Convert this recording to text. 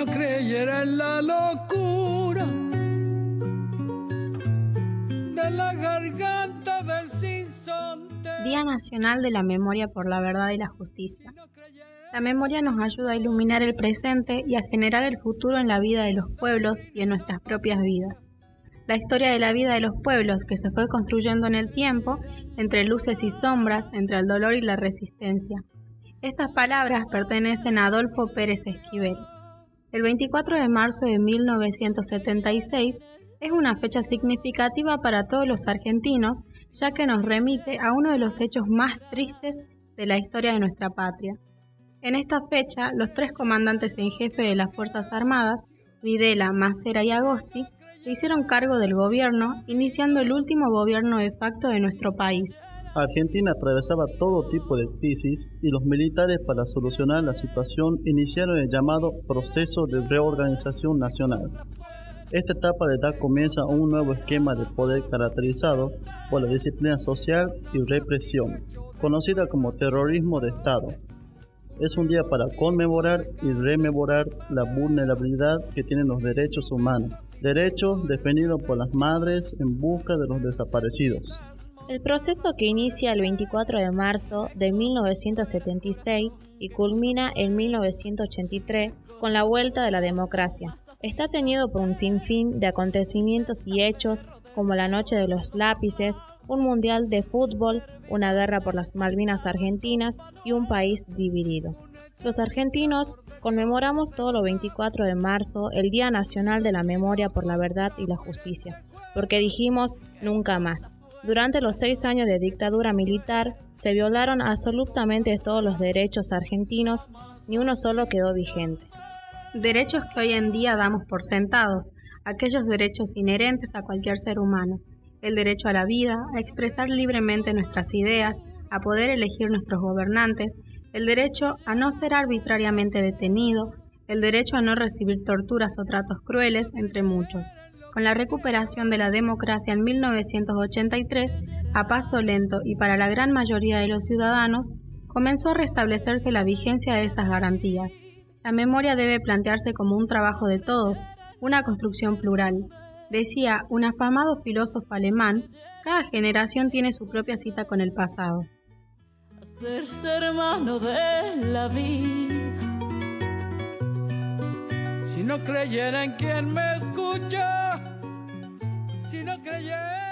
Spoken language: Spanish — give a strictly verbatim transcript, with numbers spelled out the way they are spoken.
no creyera en la locura de la garganta del sinsonte. Día Nacional de la Memoria por la Verdad y la Justicia. La memoria nos ayuda a iluminar el presente y a generar el futuro en la vida de los pueblos y en nuestras propias vidas. La historia de la vida de los pueblos que se fue construyendo en el tiempo, entre luces y sombras, entre el dolor y la resistencia. Estas palabras pertenecen a Adolfo Pérez Esquivel. El veinticuatro de marzo de mil novecientos setenta y seis es una fecha significativa para todos los argentinos, ya que nos remite a uno de los hechos más tristes de la historia de nuestra patria. En esta fecha, los tres comandantes en jefe de las Fuerzas Armadas, Videla, Macera y Agosti, se hicieron cargo del gobierno, iniciando el último gobierno de facto de nuestro país. Argentina atravesaba todo tipo de crisis y los militares, para solucionar la situación, iniciaron el llamado proceso de reorganización nacional. Esta etapa le da comienzo a un nuevo esquema de poder caracterizado por la disciplina social y represión, conocida como terrorismo de Estado. Es un día para conmemorar y rememorar la vulnerabilidad que tienen los derechos humanos, derechos defendidos por las madres en busca de los desaparecidos. El proceso, que inicia el veinticuatro de marzo de mil novecientos setenta y seis y culmina en mil novecientos ochenta y tres con la vuelta de la democracia, está teñido por un sinfín de acontecimientos y hechos como la Noche de los Lápices, un mundial de fútbol, una guerra por las Malvinas argentinas y un país dividido. Los argentinos conmemoramos todos los veinticuatro de marzo el Día Nacional de la Memoria por la Verdad y la Justicia, porque dijimos nunca más. Durante los seis años de dictadura militar se violaron absolutamente todos los derechos argentinos, ni uno solo quedó vigente. Derechos que hoy en día damos por sentados, aquellos derechos inherentes a cualquier ser humano. El derecho a la vida, a expresar libremente nuestras ideas, a poder elegir nuestros gobernantes, el derecho a no ser arbitrariamente detenido, el derecho a no recibir torturas o tratos crueles, entre muchos. Con la recuperación de la democracia en mil novecientos ochenta y tres, a paso lento y para la gran mayoría de los ciudadanos, comenzó a restablecerse la vigencia de esas garantías. La memoria debe plantearse como un trabajo de todos, una construcción plural. Decía un afamado filósofo alemán, cada generación tiene su propia cita con el pasado. Hacerse hermano de la vida. Si no creyera en quien me escucha, si no creyera